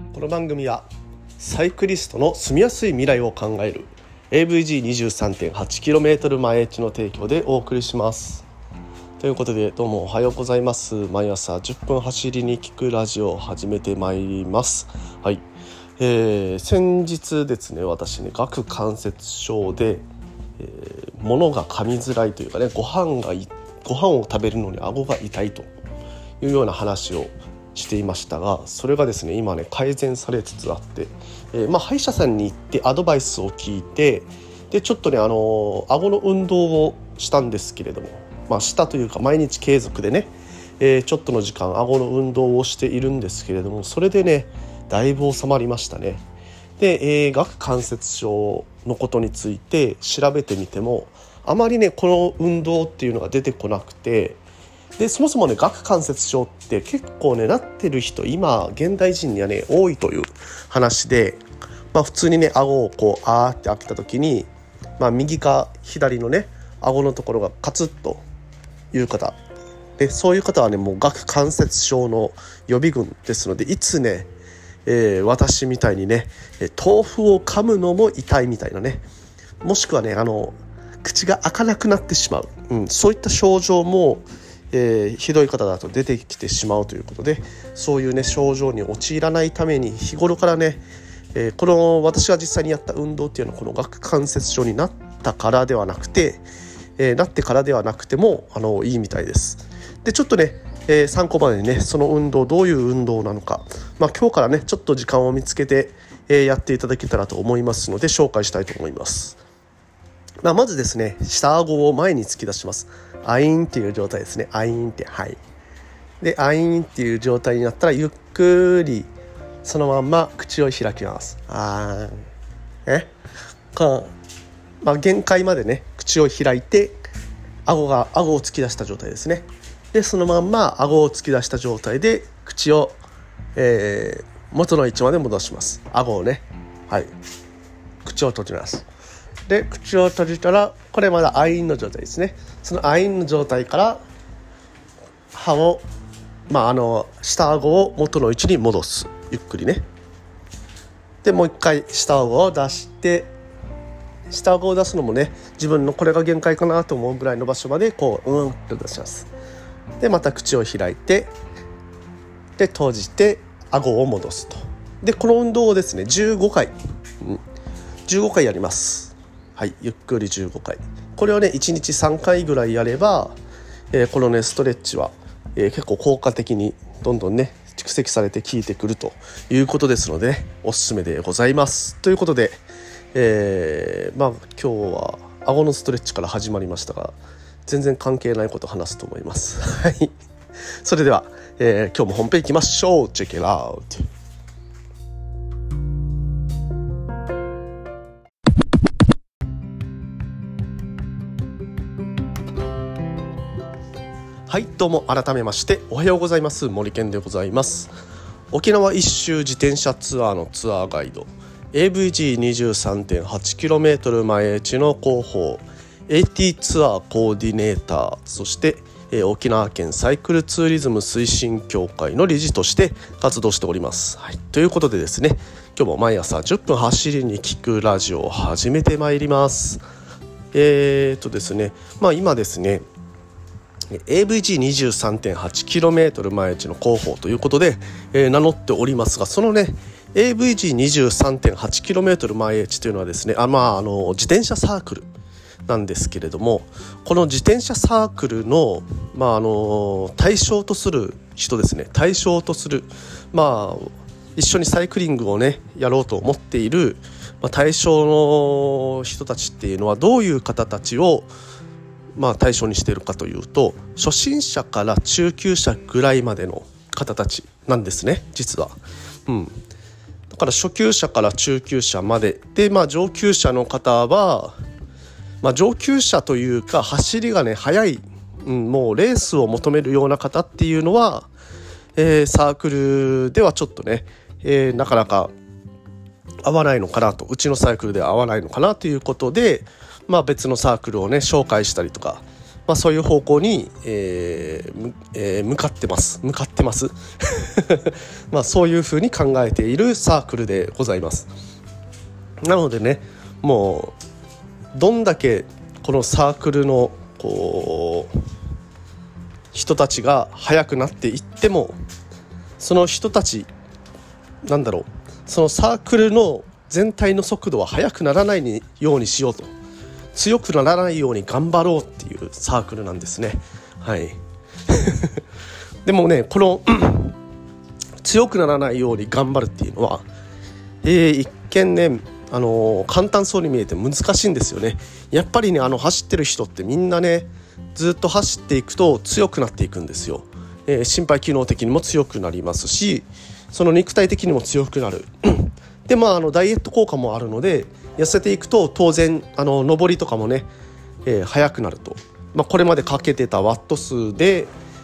この番組はサイクリストの住みやすい未来を考える AVG23.8km 毎日の提供でお送りします。ということで、どうもおはようございます。毎朝10分走りに聞くラジオを始めてまいります。はい、先日ですね、私ね、顎関節症で、物が噛みづらいというかね、ご飯を食べるのに顎が痛いというような話をしていましたが、それがですね、今ね改善されつつあって、歯医者さんに行ってアドバイスを聞いて、でちょっとね顎の運動をしたんですけれども、したというか毎日継続でね、ちょっとの時間顎の運動をしているんですけれども、それでねだいぶ収まりましたね。で、顎関節症のことについて調べてみてもあまりねこの運動っていうのが出てこなくて、でそもそもね顎関節症って結構ねなってる人今現代人にはね多いという話で、普通にね顎をこうあーって開けた時に、右か左のね顎のところがカツッという方で、そういう方はねもう顎関節症の予備軍ですので、いつね、私みたいにね豆腐を噛むのも痛いみたいなね、もしくはね口が開かなくなってしまう、そういった症状もひどい方だと出てきてしまうということで、そういうね症状に陥らないために日頃からね、この私が実際にやった運動っていうのはこの顎関節症になったからではなくて、なってからではなくてもいいみたいです。でちょっとね、参考までにねその運動どういう運動なのか、今日からねちょっと時間を見つけて、やっていただけたらと思いますので紹介したいと思います。まずですね、下顎を前に突き出します。アインっていう状態ですね。アインって、はい。でアインっていう状態になったらゆっくりそのまんま口を開きます。限界までね口を開いて顎を突き出した状態ですね。でそのまんま顎を突き出した状態で口を、元の位置まで戻します。顎をね、口を閉じます。で口を閉じたら、これまだアインの状態ですね。そのアインの状態から歯を、下顎を元の位置に戻す。ゆっくりね。でもう一回下顎を出して、下顎を出すのもね自分のこれが限界かなと思うぐらいの場所までこうと出します。でまた口を開いて、で閉じて顎を戻すと。でこの運動をですね15回やります。ゆっくり15回。これをね1日3回ぐらいやれば、このねストレッチは、結構効果的にどんどんね蓄積されて効いてくるということですので、おすすめでございます。ということで、今日は顎のストレッチから始まりましたが、全然関係ないことを話すと思います。それでは、今日も本編行きましょう。チェックイットアウト。どうも改めましておはようございます。森健でございます。沖縄一周自転車ツアーのツアーガイド AVG23.8km 毎日の広報 AT ツアーコーディネーター、そして、沖縄県サイクルツーリズム推進協会の理事として活動しております。ということでですね、今日も毎朝10分走りに聞くラジオを始めてまいります。ですね、今ですねAVG23.8km 毎日の広報ということで、名乗っておりますが、そのね AVG23.8km 毎日というのはですね、自転車サークルなんですけれども、この自転車サークルの、対象とする人ですね、一緒にサイクリングをねやろうと思っている、対象の人たちっていうのはどういう方たちを対象にしているかというと、初心者から中級者ぐらいまでの方たちなんですね、実は。だから初級者から中級者までで、上級者の方は、上級者というか走りがね速い、もうレースを求めるような方っていうのは、サークルではちょっとね、なかなか合わないのかなと、うちのサークルでは合わないのかなということで、別のサークルをね紹介したりとか、 そういう方向に、向かってますそういうふうに考えているサークルでございます。なのでね、もうどんだけこのサークルの人たちが速くなっていっても、その人たちそのサークルの全体の速度は速くならないようにしようと、強くならないように頑張ろうっていうサークルなんですね。はいでもね、この強くならないように頑張るっていうのは、一見ね簡単そうに見えて難しいんですよね。やっぱりね、走ってる人ってみんなね、ずっと走っていくと強くなっていくんですよ。心肺機能的にも強くなりますし、その肉体的にも強くなるでダイエット効果もあるので、痩せていくと当然上りとかもね、速くなると、これまでかけてたワット数で、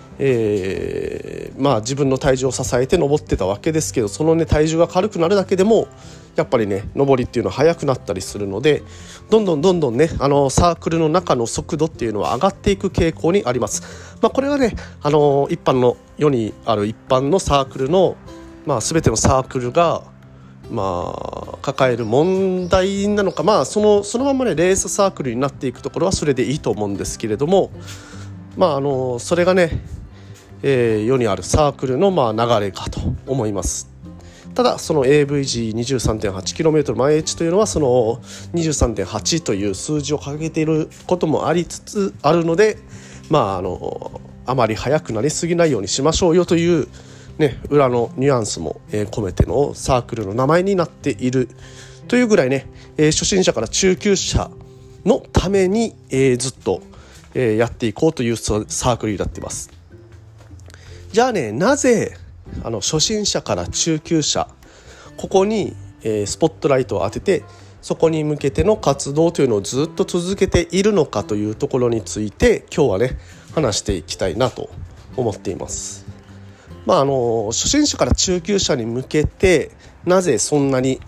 自分の体重を支えて上ってたわけですけど、そのね体重が軽くなるだけでもやっぱりね上りっていうのは速くなったりするので、どんどんねサークルの中の速度っていうのは上がっていく傾向にあります。これはね一般の世にある一般のサークルの、全てのサークルが抱える問題なのか、そのままねレースサークルになっていくところはそれでいいと思うんですけれども、それがね、世にあるサークルの流れかと思います。ただその AVG23.8km 毎日というのはその 23.8 という数字を掲げていることもありつつあるので、あまり速くなりすぎないようにしましょうよというね、裏のニュアンスも、込めてのサークルの名前になっているというぐらいね、初心者から中級者のために、ずっと、やっていこうというサークルになっています。じゃあね、なぜ初心者から中級者ここに、スポットライトを当ててそこに向けての活動というのをずっと続けているのかというところについて今日はね話していきたいなと思っています。初心者から中級者に向けてなぜそんなに、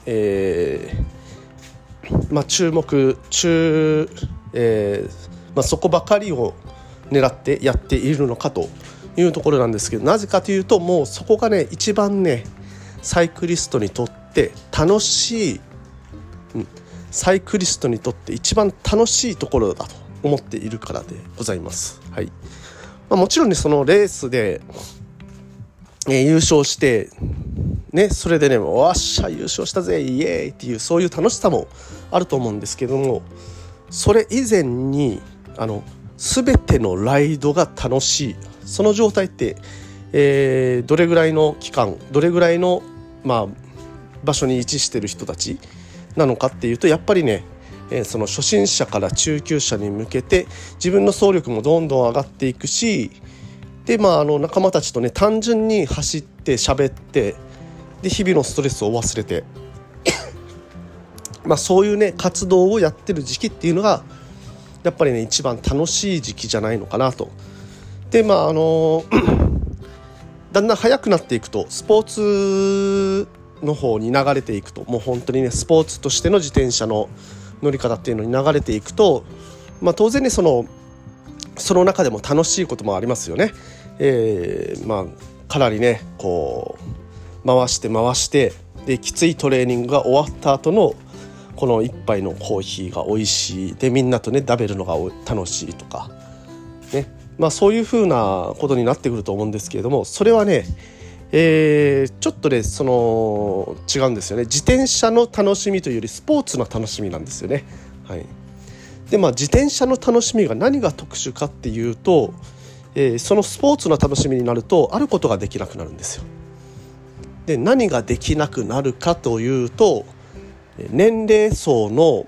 そこばかりを狙ってやっているのかというところなんですけど、なぜかというともうそこがね一番ねサイクリストにとって楽しい、サイクリストにとって一番楽しいところだと思っているからでございます。はい。もちろんねそのレースで優勝してね、それでねわっしゃ優勝したぜイエーイっていうそういう楽しさもあると思うんですけども、それ以前に全てのライドが楽しいその状態って、どれぐらいの期間どれぐらいの、場所に位置している人たちなのかっていうと、やっぱりねその初心者から中級者に向けて自分の走力もどんどん上がっていくし、で仲間たちとね単純に走って喋ってで日々のストレスを忘れてそういうね活動をやってる時期っていうのがやっぱりね一番楽しい時期じゃないのかなと。でだんだん速くなっていくとスポーツの方に流れていくと、もう本当にねスポーツとしての自転車の乗り方っていうのに流れていくと、当然ねその中でも楽しいこともありますよね。かなりねこう回してできついトレーニングが終わった後のこの一杯のコーヒーが美味しいでみんなとね食べるのが楽しいとかね、そういう風なことになってくると思うんですけれども、それはね、ちょっとね違うんですよね。自転車の楽しみというよりスポーツの楽しみなんですよね。はい。で自転車の楽しみが何が特殊かっていうと、そのスポーツの楽しみになるとあることができなくなるんですよ。で何ができなくなるかというと、年齢層の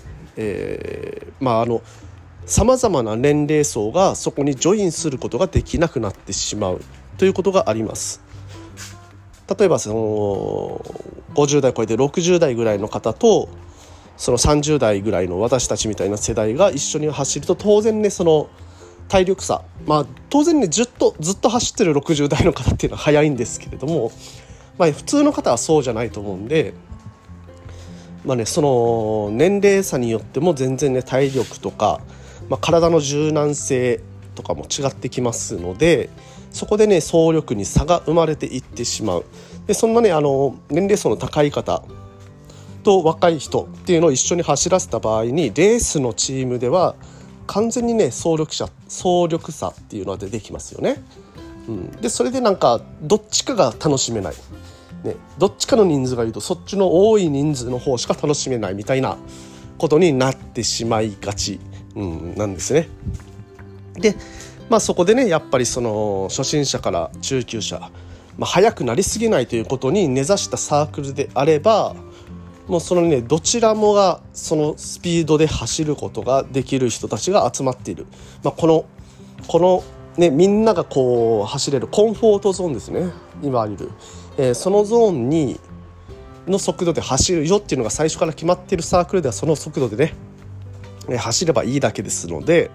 さまざまな年齢層がそこにジョインすることができなくなってしまうということがあります。例えばその50代超えて60代ぐらいの方とその30代ぐらいの私たちみたいな世代が一緒に走ると当然ねその体力差、当然ねずっと走ってる60代の方っていうのは早いんですけれども、普通の方はそうじゃないと思うんで、その年齢差によっても全然ね体力とか、 体の柔軟性とかも違ってきますので、そこでね走力に差が生まれていってしまう。でそんなね年齢層の高い方と若い人っていうのを一緒に走らせた場合に、レースのチームでは完全にね走力差っていうのは出てきますよね。でそれでなんかどっちかが楽しめない、どっちかの人数がいるとそっちの多い人数の方しか楽しめないみたいなことになってしまいがち、なんですね。でそこでねやっぱりその初心者から中級者、速くなりすぎないということに根ざしたサークルであれば、もうそのねどちらもがそのスピードで走ることができる人たちが集まっている、このねみんながこう走れるコンフォートゾーンですね、いわゆる、そのゾーンの速度で走るよっていうのが最初から決まっているサークルでは、その速度でね走ればいいだけですので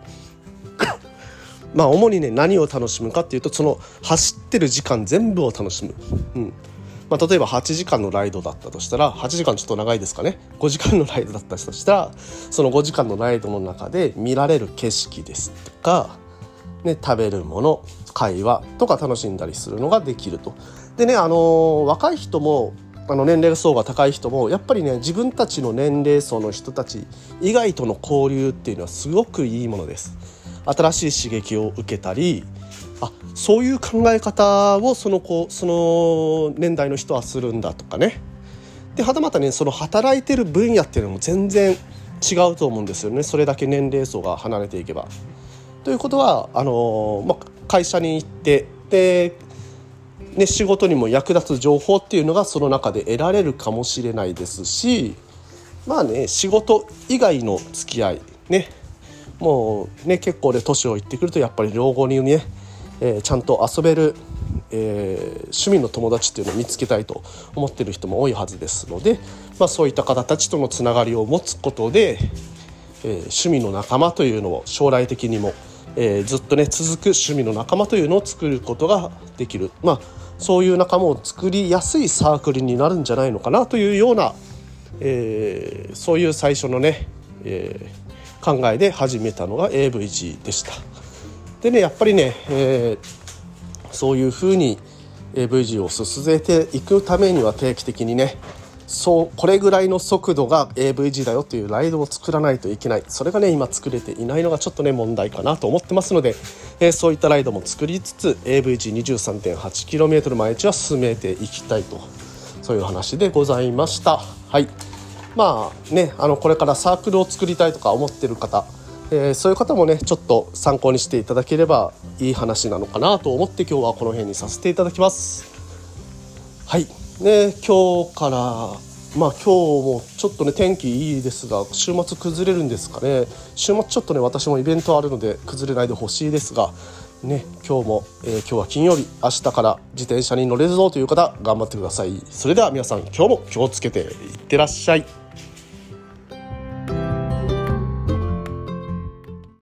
主にね何を楽しむかっていうと、その走ってる時間全部を楽しむ、例えば8時間のライドだったとしたら、8時間ちょっと長いですかね、5時間のライドだったとしたら、その5時間のライドの中で見られる景色ですとか、食べるもの、会話とか楽しんだりするのができると。でね若い人も年齢層が高い人もやっぱりね自分たちの年齢層の人たち以外との交流っていうのはすごくいいものです。新しい刺激を受けたり、そういう考え方をその年代の人はするんだとかね。ではたまたねその働いてる分野っていうのも全然違うと思うんですよね、それだけ年齢層が離れていけば。ということは会社に行ってで、仕事にも役立つ情報っていうのがその中で得られるかもしれないですし、仕事以外の付き合いね、もうね結構ね年をいってくるとやっぱり老後にね、ちゃんと遊べる、趣味の友達っていうのを見つけたいと思っている人も多いはずですので、そういった方たちとのつながりを持つことで、趣味の仲間というのを将来的にも、ずっとね続く趣味の仲間というのを作ることができる、そういう仲間を作りやすいサークルになるんじゃないのかなというような、そういう最初のね、考えで始めたのが AVG でした。でねやっぱりね、そういうふうに AVG を進めていくためには定期的にねこれぐらいの速度が AVG だよというライドを作らないといけない。それがね今作れていないのがちょっとね問題かなと思ってますので、そういったライドも作りつつ AVG23.8km 毎日は進めていきたいと、そういう話でございました。はい、これからサークルを作りたいとか思ってる方、そういう方もねちょっと参考にしていただければいい話なのかなと思って今日はこの辺にさせていただきます。はい、今日から今日もちょっとね天気いいですが、週末崩れるんですかね。週末ちょっとね私もイベントあるので崩れないでほしいですがね、今日は金曜日、明日から自転車に乗れるぞという方頑張ってください。それでは皆さん今日も気をつけていってらっしゃい。